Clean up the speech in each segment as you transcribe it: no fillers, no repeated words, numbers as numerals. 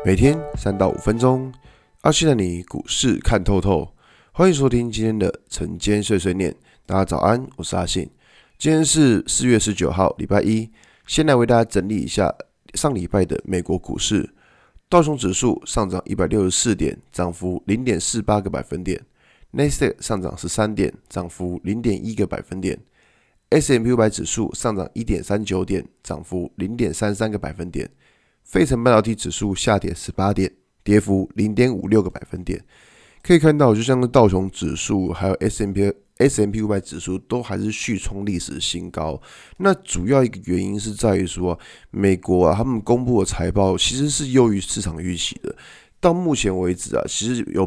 每天3到5分钟，阿信带你股市看透透。欢迎收听今天的晨间碎碎念。大家早安，我是阿信。今天是4月19号，礼拜一。先来为大家整理一下上礼拜的美国股市。道琼指数上涨164点，涨幅0.48个百分点。纳斯达克上涨13点，涨幅0.1个百分点。S&P 500指数上涨1.39点，涨幅0.33个百分点。费城半导体指数下跌18点，跌幅0.56个百分点。可以看到，就像道琼指数还有 S&P 500指数都还是续创历史新高。那主要一个原因是在于说，美国他们公布的财报其实是优于市场预期的。到目前为止其实有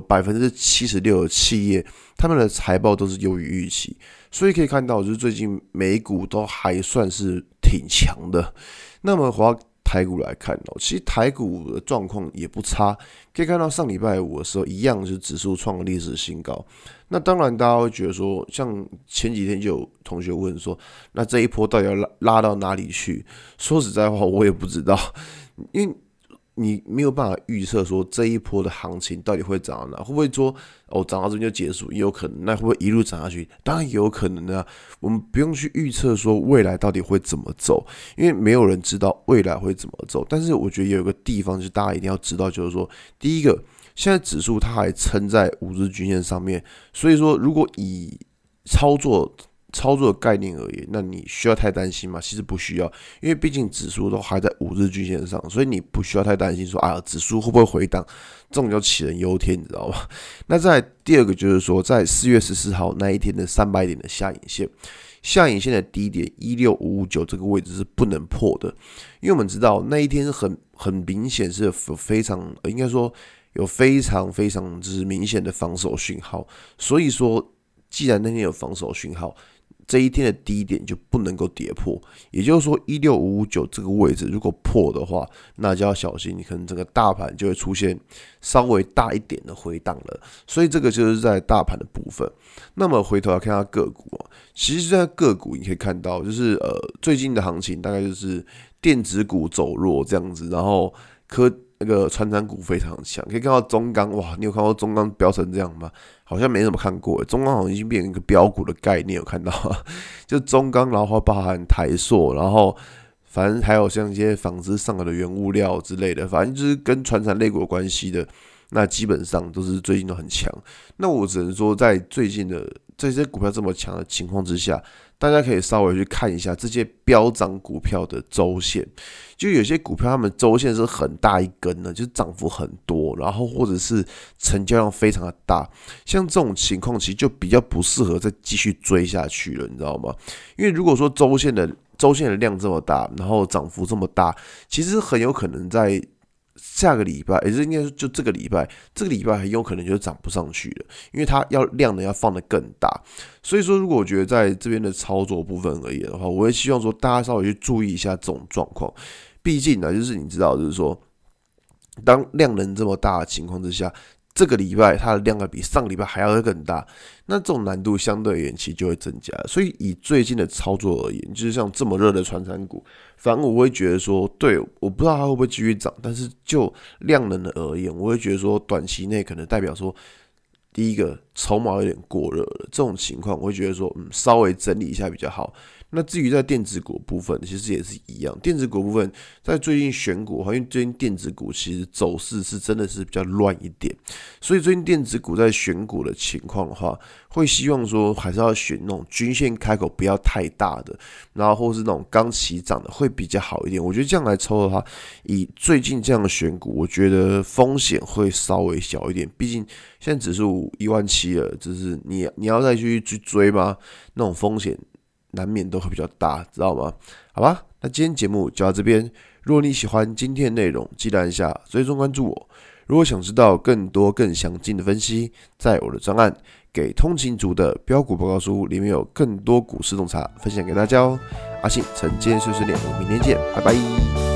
76%的企业他们的财报都是优于预期，所以可以看到，就是最近美股都还算是挺强的。那么回到台股来看其实台股的状况也不差，可以看到上礼拜五的时候一样是指数创了历史新高。那当然大家会觉得说，像前几天就有同学问说，那这一波到底要拉到哪里去？说实在话我也不知道，因为你没有办法预测说这一波的行情到底会涨到哪，会不会说涨到这边就结束，也有可能。那会不会一路涨下去？当然也有可能我们不用去预测说未来到底会怎么走，因为没有人知道未来会怎么走。但是我觉得有一个地方就是大家一定要知道，就是说，第一个，现在指数它还撑在5日均线上面，所以说如果以操作的概念而言，那你需要太担心吗？其实不需要，因为毕竟指数都还在5日均线上，所以你不需要太担心说指数会不会回档，这种叫杞人忧天，你知道吗？那再来第二个就是说，在4月14号那一天的300点的下影线的低点16559这个位置是不能破的，因为我们知道那一天是很明显是有非常应该说有非常就是明显的防守讯号，所以说既然那天有防守讯号，这一天的低点就不能够跌破，也就是说16559这个位置如果破的话，那就要小心，你可能整个大盘就会出现稍微大一点的回档了。所以这个就是在大盘的部分。那么回头来看下个股其实在个股你可以看到，就是最近的行情大概就是电子股走弱这样子，然后那个传产股非常强，可以看到中钢，哇，你有看到中钢飙成这样吗？好像没怎么看过，中钢好像已经变成一个标股的概念，有看到吗？就中钢，然后包含台塑，然后反正还有像一些纺织上游的原物料之类的，反正就是跟传产类股有关系的，那基本上都是最近都很强。那我只能说，在最近的这些股票这么强的情况之下，大家可以稍微去看一下这些飙涨股票的周线，就有些股票它们周线是很大一根的，就是涨幅很多，然后或者是成交量非常的大，像这种情况其实就比较不适合再继续追下去了，你知道吗？因为如果说周线的量这么大，然后涨幅这么大，其实很有可能在下个礼拜，也就是应该就这个礼拜很有可能就涨不上去了，因为它量能要放得更大。所以说，如果我觉得在这边的操作部分而言的话，我会希望说大家稍微去注意一下这种状况。毕竟就是你知道，就是说，当量能这么大的情况之下，这个礼拜它的量比上个礼拜还要更大，那这种难度相对而言其实就会增加。所以以最近的操作而言，就是像这么热的传产股，反而我会觉得说，对，我不知道它会不会继续涨，但是就量能的而言，我会觉得说短期内可能代表说，第一个筹码有点过热了，这种情况我会觉得说，稍微整理一下比较好。那至于在电子股部分，其实也是一样。电子股部分在最近选股，因为最近电子股其实走势是真的是比较乱一点，所以最近电子股在选股的情况的话，会希望说还是要选那种均线开口不要太大的，然后或是那种刚起涨的会比较好一点。我觉得这样来抽的话，以最近这样的选股，我觉得风险会稍微小一点。毕竟现在指数17000了，就是你要再去追吗？那种风险难免都会比较大，知道吗？好吧，那今天节目就到这边。如果你喜欢今天的内容，记得按下追踪关注我。如果想知道更多更详尽的分析，在我的专案给通勤族的标股报告书里面有更多股市洞察分享给大家哦。阿信晨间碎碎念，我们明天见，拜拜。